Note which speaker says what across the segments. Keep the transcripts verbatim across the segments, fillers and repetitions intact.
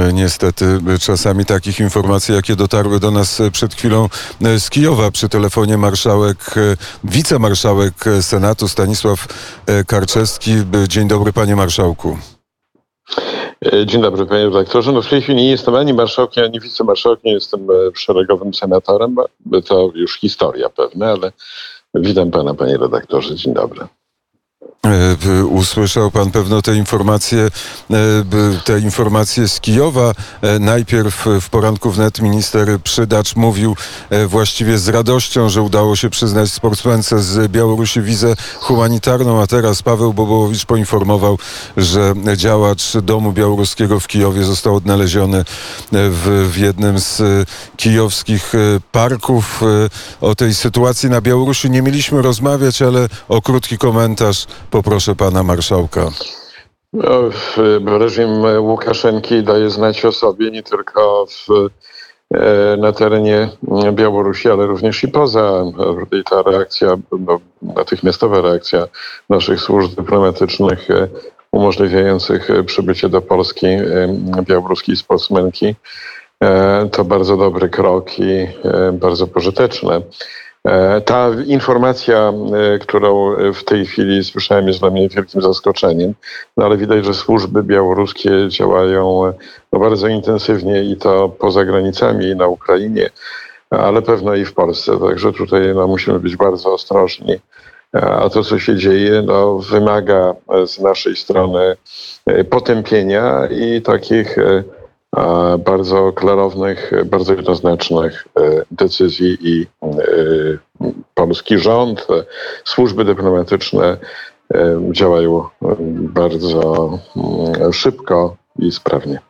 Speaker 1: Niestety czasami takich informacji, jakie dotarły do nas przed chwilą z Kijowa przy telefonie marszałek, wicemarszałek Senatu Stanisław Karczewski. Dzień dobry, panie marszałku.
Speaker 2: Dzień dobry, panie redaktorze. No w tej chwili nie jestem ani marszałkiem, ani wicemarszałkiem, jestem szeregowym senatorem. To już historia pewna, ale witam pana, panie redaktorze. Dzień dobry.
Speaker 1: Usłyszał pan pewno te informacje, te informacje z Kijowa. Najpierw w poranku wnet minister Przydacz mówił właściwie z radością, że udało się przyznać sportsmence z Białorusi wizę humanitarną, a teraz Paweł Bobołowicz poinformował, że działacz Domu Białoruskiego w Kijowie został odnaleziony w, w jednym z kijowskich parków. O tej sytuacji na Białorusi nie mieliśmy rozmawiać, ale o krótki komentarz poproszę pana marszałka.
Speaker 2: No, reżim Łukaszenki daje znać o sobie nie tylko w, na terenie Białorusi, ale również i poza. I ta reakcja, no, natychmiastowa reakcja naszych służb dyplomatycznych umożliwiających przybycie do Polski białoruskiej sportsmenki to bardzo dobry krok i bardzo pożyteczne. Ta informacja, którą w tej chwili słyszałem, jest dla mnie wielkim zaskoczeniem, no ale widać, że służby białoruskie działają no bardzo intensywnie i to poza granicami, i na Ukrainie, ale pewno i w Polsce. Także tutaj no, musimy być bardzo ostrożni. A to, co się dzieje, no, wymaga z naszej strony potępienia i takich bardzo klarownych, bardzo jednoznacznych decyzji i polski rząd, służby dyplomatyczne działają bardzo szybko i sprawnie.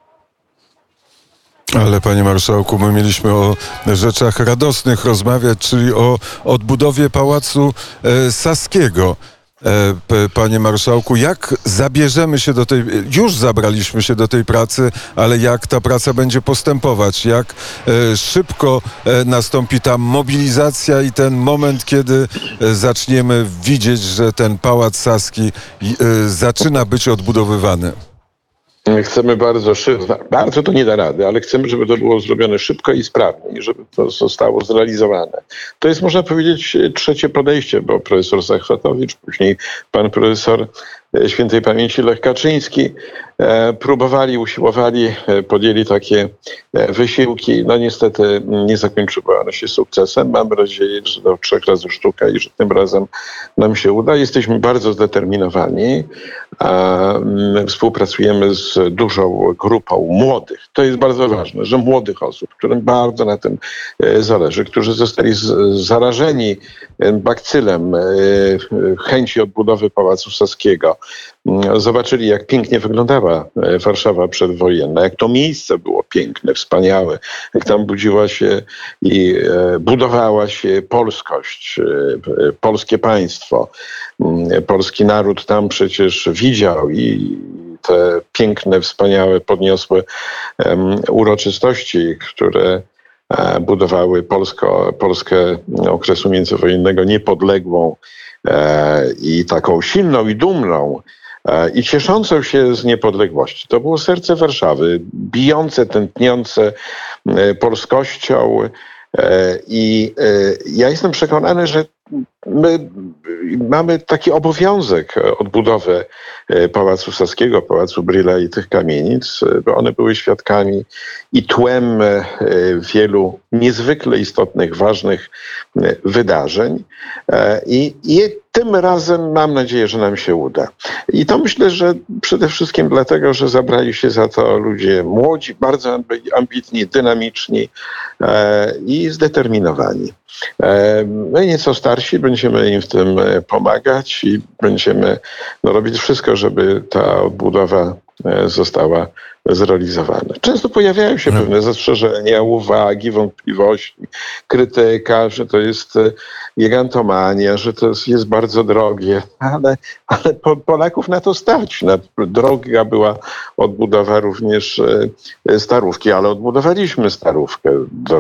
Speaker 1: Ale panie marszałku, my mieliśmy o rzeczach radosnych rozmawiać, czyli o odbudowie Pałacu Saskiego. Panie marszałku, jak zabierzemy się do tej, już zabraliśmy się do tej pracy, ale jak ta praca będzie postępować? Jak szybko nastąpi ta mobilizacja i ten moment, kiedy zaczniemy widzieć, że ten Pałac Saski zaczyna być odbudowywany?
Speaker 2: Chcemy bardzo szybko, bardzo to nie da rady, ale chcemy, żeby to było zrobione szybko i sprawnie i żeby to zostało zrealizowane. To jest, można powiedzieć, trzecie podejście, bo profesor Zachwatowicz, później pan profesor świętej pamięci Lech Kaczyński próbowali, usiłowali, podjęli takie wysiłki. No niestety nie zakończyły one się sukcesem. Mamy nadzieję, że do trzech razy sztuka i że tym razem nam się uda. Jesteśmy bardzo zdeterminowani. Współpracujemy z dużą grupą młodych. To jest bardzo ważne, że młodych osób, którym bardzo na tym zależy, którzy zostali zarażeni bakcylem chęci odbudowy Pałacu Saskiego. Zobaczyli, jak pięknie wyglądała Warszawa przedwojenna, jak to miejsce było piękne, wspaniałe, jak tam budziła się i budowała się polskość, polskie państwo. Polski naród tam przecież widział i te piękne, wspaniałe, podniosłe uroczystości, które budowały Polsko, Polskę okresu międzywojennego niepodległą i taką silną i dumną i cieszącą się z niepodległości. To było serce Warszawy, bijące, tętniące polskością i ja jestem przekonany, że my mamy taki obowiązek odbudowy Pałacu Saskiego, Pałacu Brühla i tych kamienic, bo one były świadkami i tłem wielu niezwykle istotnych, ważnych wydarzeń. I, i tym razem mam nadzieję, że nam się uda. I to myślę, że przede wszystkim dlatego, że zabrali się za to ludzie młodzi, bardzo ambitni, dynamiczni i zdeterminowani. My nieco starsi będziemy im w tym pomagać i będziemy no, robić wszystko, żeby ta odbudowa została zrealizowana. Często pojawiają się pewne zastrzeżenia, uwagi, wątpliwości, krytyka, że to jest gigantomania, że to jest bardzo drogie, ale, ale Polaków na to stać. Droga była odbudowa również Starówki, ale odbudowaliśmy Starówkę.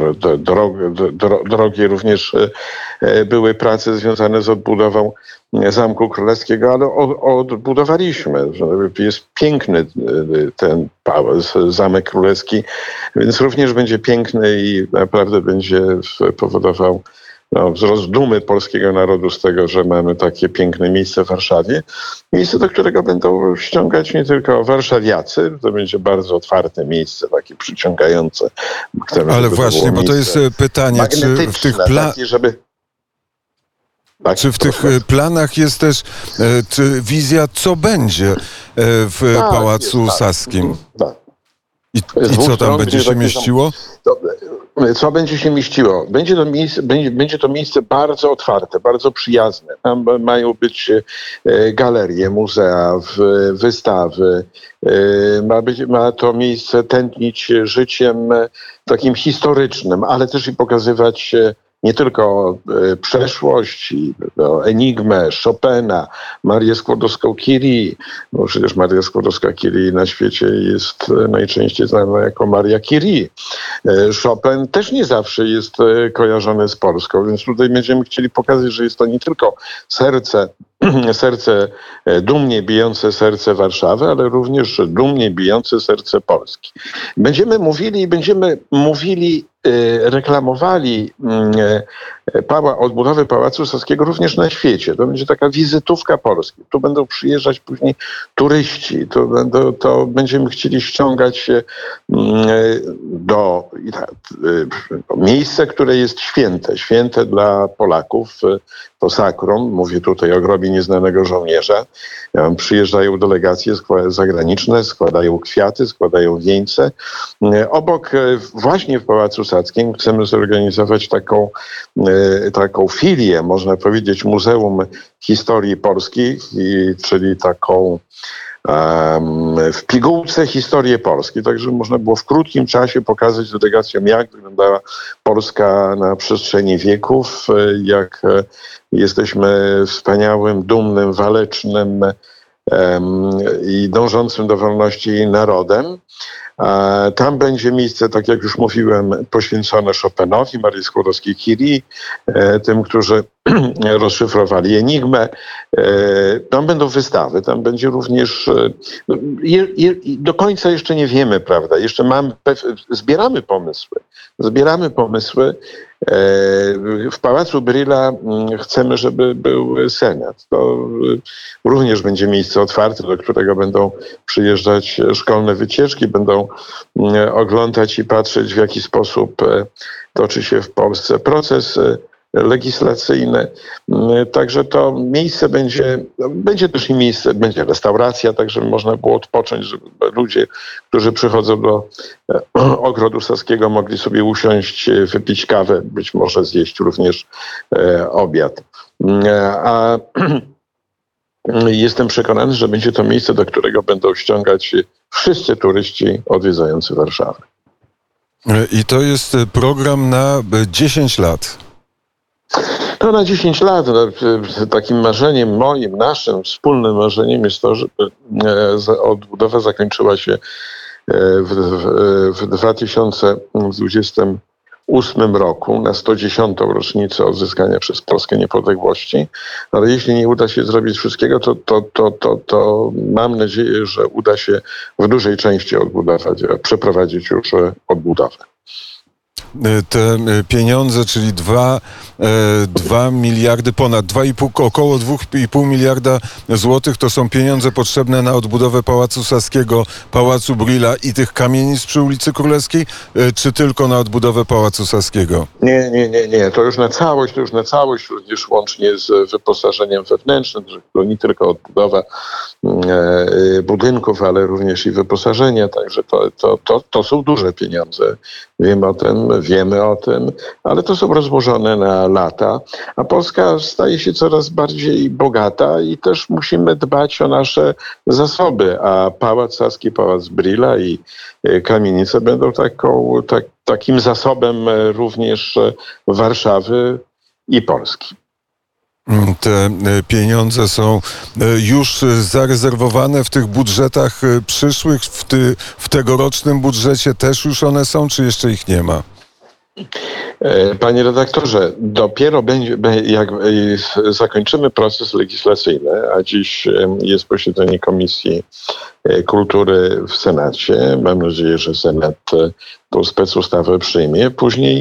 Speaker 2: Drogie również były prace związane z odbudową Zamku Królewskiego, ale odbudowaliśmy. Jest piękny ten Zamek Królewski, więc również będzie piękny i naprawdę będzie powodował no, wzrost dumy polskiego narodu z tego, że mamy takie piękne miejsce w Warszawie. Miejsce, do którego będą ściągać nie tylko warszawiacy, to będzie bardzo otwarte miejsce, takie przyciągające. Chcemy,
Speaker 1: ale właśnie, bo to jest pytanie, czy w tych planach...
Speaker 2: żeby... Tak,
Speaker 1: czy w tych proszę. planach jest też czy wizja, co będzie w tak, Pałacu jest, Saskim? Tak. I, i co tam będzie się mieściło?
Speaker 2: To, co będzie się mieściło? Będzie to, miejsce, będzie, będzie to miejsce bardzo otwarte, bardzo przyjazne. Tam mają być galerie, muzea, wystawy. Ma, być, ma to miejsce tętnić życiem takim historycznym, ale też i pokazywać nie tylko przeszłość, no, Enigmę, Chopina, Marię Skłodowską-Curie, bo przecież Maria Skłodowska-Curie na świecie jest najczęściej znana jako Maria Curie. Chopin też nie zawsze jest kojarzony z Polską, więc tutaj będziemy chcieli pokazać, że jest to nie tylko serce, serce dumnie bijące serce Warszawy, ale również dumnie bijące serce Polski. Będziemy mówili, będziemy mówili, reklamowali Pała, odbudowę Pałacu Saskiego również na świecie. To będzie taka wizytówka Polski. Tu będą przyjeżdżać później turyści. To, będą, to będziemy chcieli ściągać się do miejsca, które jest święte. Święte dla Polaków. To sakrum. Mówię tutaj o grobie nieznanego żołnierza. Przyjeżdżają delegacje zagraniczne, składają kwiaty, składają wieńce. Obok, właśnie w Pałacu Saskim, chcemy zorganizować taką taką filię, można powiedzieć, Muzeum Historii Polskiej, czyli taką um, w pigułce historię Polski. Także można było w krótkim czasie pokazać delegacjom, jak wyglądała Polska na przestrzeni wieków, jak jesteśmy wspaniałym, dumnym, walecznym um, i dążącym do wolności narodem. Tam będzie miejsce, tak jak już mówiłem, poświęcone Chopinowi, Marii Skłodowskiej-Curie, tym, którzy rozszyfrowali Enigmę. Tam będą wystawy, tam będzie również... Je, je, do końca jeszcze nie wiemy, prawda? Jeszcze mamy, zbieramy pomysły. Zbieramy pomysły. W Pałacu Brühla chcemy, żeby był Senat. To również będzie miejsce otwarte, do którego będą przyjeżdżać szkolne wycieczki, będą oglądać i patrzeć, w jaki sposób toczy się w Polsce proces legislacyjny. Także to miejsce będzie, będzie też i miejsce, będzie restauracja, tak żeby można było odpocząć, żeby ludzie, którzy przychodzą do Ogrodu Saskiego, mogli sobie usiąść, wypić kawę, być może zjeść również obiad. A jestem przekonany, że będzie to miejsce, do którego będą ściągać wszyscy turyści odwiedzający Warszawę.
Speaker 1: I to jest program na dziesięć lat.
Speaker 2: To na dziesięć lat. Takim marzeniem moim, naszym wspólnym marzeniem jest to, żeby odbudowa zakończyła się w, w, w dwa tysiące dwudziestym ósmym roku, na sto dziesiątą rocznicę odzyskania przez Polskę niepodległości. Ale jeśli nie uda się zrobić wszystkiego, to, to, to, to, to mam nadzieję, że uda się w dużej części odbudować, przeprowadzić już odbudowę.
Speaker 1: Te pieniądze, czyli dwa miliardy, ponad dwa i pół, około dwa i pół miliarda złotych, to są pieniądze potrzebne na odbudowę Pałacu Saskiego, Pałacu Brühla i tych kamienic przy ulicy Królewskiej, czy tylko na odbudowę Pałacu Saskiego?
Speaker 2: Nie, nie, nie, nie. To już na całość, to już na całość, również łącznie z wyposażeniem wewnętrznym, to nie tylko odbudowa e, budynków, ale również i wyposażenie, także to, to, to, to są duże pieniądze. Wiemy o tym, wiemy o tym, ale to są rozłożone na lata, a Polska staje się coraz bardziej bogata i też musimy dbać o nasze zasoby, a Pałac Saski, Pałac Brühla i kamienice będą taką, tak, takim zasobem również Warszawy i Polski.
Speaker 1: Te pieniądze są już zarezerwowane w tych budżetach przyszłych, w, ty, w tegorocznym budżecie też już one są, czy jeszcze ich nie ma?
Speaker 2: Panie redaktorze, dopiero będzie, jak zakończymy proces legislacyjny, a dziś jest posiedzenie Komisji Kultury w Senacie. Mam nadzieję, że Senat tą specustawę przyjmie. Później,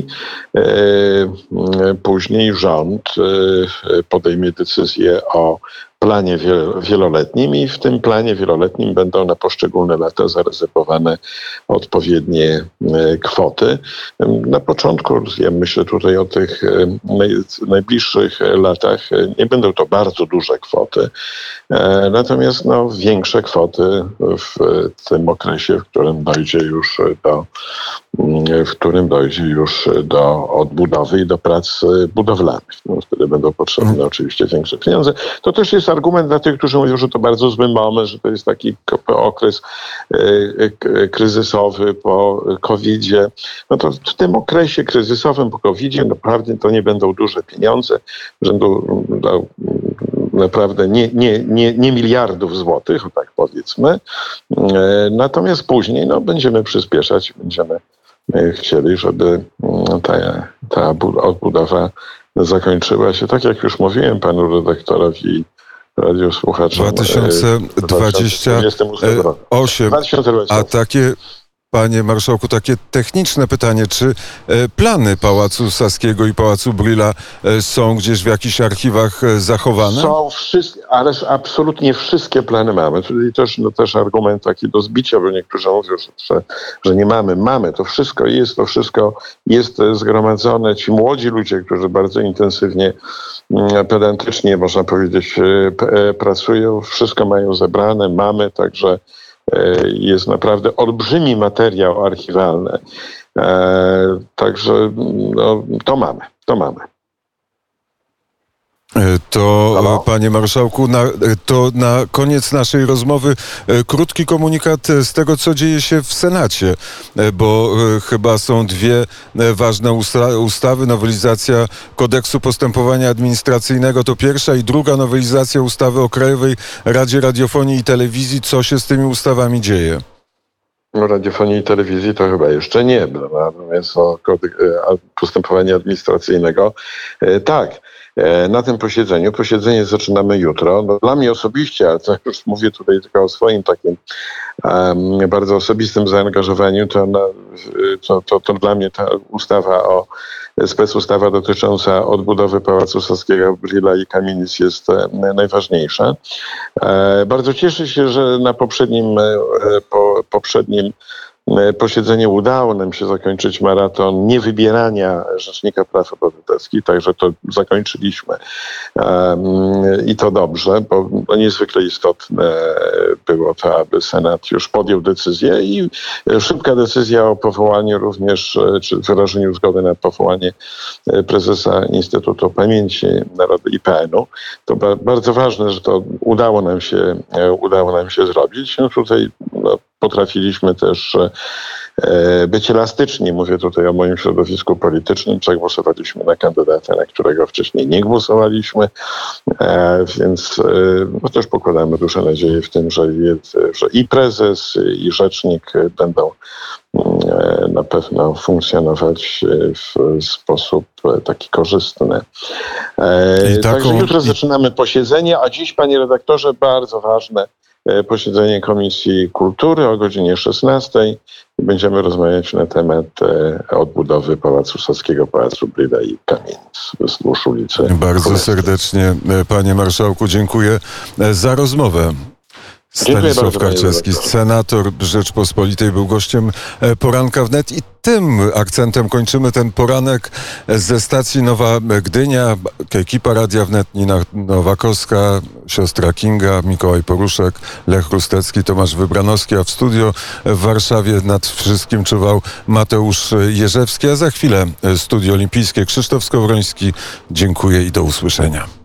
Speaker 2: później rząd podejmie decyzję o planie wieloletnim i w tym planie wieloletnim będą na poszczególne lata zarezerwowane odpowiednie kwoty. Na początku, ja myślę tutaj o tych najbliższych latach, nie będą to bardzo duże kwoty, natomiast no, większe kwoty w tym okresie, w którym dojdzie już do w którym dojdzie już do odbudowy i do prac budowlanych. No, wtedy będą potrzebne oczywiście większe pieniądze. To też jest argument dla tych, którzy mówią, że to bardzo zły moment, że to jest taki okres kryzysowy po kowidzie. No to w tym okresie kryzysowym po kowidzie naprawdę to nie będą duże pieniądze, będą no, naprawdę nie, nie, nie, nie miliardów złotych, tak powiedzmy. Natomiast później no, będziemy przyspieszać, będziemy chcieli, żeby ta, ta odbudowa zakończyła się, tak jak już mówiłem panu redaktorowi, radiosłuchaczom.
Speaker 1: dwa tysiące dwudziesty ósmy, a takie, panie marszałku, takie techniczne pytanie, czy plany Pałacu Saskiego i Pałacu Brühla są gdzieś w jakichś archiwach zachowane?
Speaker 2: Są wszystkie, ale absolutnie wszystkie plany mamy. Czyli też, no, też argument taki do zbicia, bo niektórzy mówią, że, że nie mamy. Mamy, to wszystko jest, to wszystko jest zgromadzone. Ci młodzi ludzie, którzy bardzo intensywnie, pedantycznie, można powiedzieć, pracują, wszystko mają zebrane, mamy, także jest naprawdę olbrzymi materiał archiwalny. E, także no, to mamy, to mamy.
Speaker 1: To,
Speaker 2: Halo?
Speaker 1: panie marszałku, na, to na koniec naszej rozmowy krótki komunikat z tego, co dzieje się w Senacie, bo chyba są dwie ważne usta- ustawy. Nowelizacja Kodeksu Postępowania Administracyjnego to pierwsza i druga nowelizacja ustawy o Krajowej Radzie Radiofonii i Telewizji. Co się z tymi ustawami dzieje?
Speaker 2: No, radiofonii i telewizji to chyba jeszcze nie, natomiast o kodeks postępowania administracyjnego tak. Na tym posiedzeniu, posiedzenie zaczynamy jutro. No, dla mnie osobiście, ale to już mówię tutaj tylko o swoim takim um, bardzo osobistym zaangażowaniu, to, na, to, to, to dla mnie ta ustawa o specustawa dotycząca odbudowy Pałacu Saskiego, Brühla i kamienic jest e, najważniejsza. E, bardzo cieszę się, że na poprzednim, e, po, poprzednim posiedzeniu udało nam się zakończyć maraton niewybierania Rzecznika Praw Obywatelskich, także to zakończyliśmy. I to dobrze, bo niezwykle istotne było to, aby Senat już podjął decyzję i szybka decyzja o powołaniu również, czy wyrażeniu zgody na powołanie prezesa Instytutu Pamięci Narodowej I P N-u. To bardzo ważne, że to udało nam się, udało nam się zrobić. No tutaj no, potrafiliśmy też być elastyczni. Mówię tutaj o moim środowisku politycznym. Zagłosowaliśmy na kandydata, na którego wcześniej nie głosowaliśmy, więc no, też pokładamy duże nadzieję w tym, że, jest, że i prezes, i rzecznik będą na pewno funkcjonować w sposób taki korzystny. I taką... Także jutro zaczynamy posiedzenie, a dziś, panie redaktorze, bardzo ważne posiedzenie Komisji Kultury o godzinie szesnastej. Będziemy rozmawiać na temat odbudowy Pałacu Saskiego, Pałacu Brühla i kamienic wzdłuż ulicy.
Speaker 1: Bardzo
Speaker 2: Królewskiej.
Speaker 1: Serdecznie, panie marszałku, dziękuję za rozmowę. Stanisław Karczewski, senator Rzeczpospolitej, był gościem Poranka Wnet i tym akcentem kończymy ten poranek ze stacji Nowa Gdynia. Ekipa Radia Wnet, Nina Nowakowska, siostra Kinga, Mikołaj Poruszek, Lech Rustecki, Tomasz Wybranowski, a w studio w Warszawie nad wszystkim czuwał Mateusz Jerzewski, a za chwilę Studio Olimpijskie Krzysztof Skowroński. Dziękuję i do usłyszenia.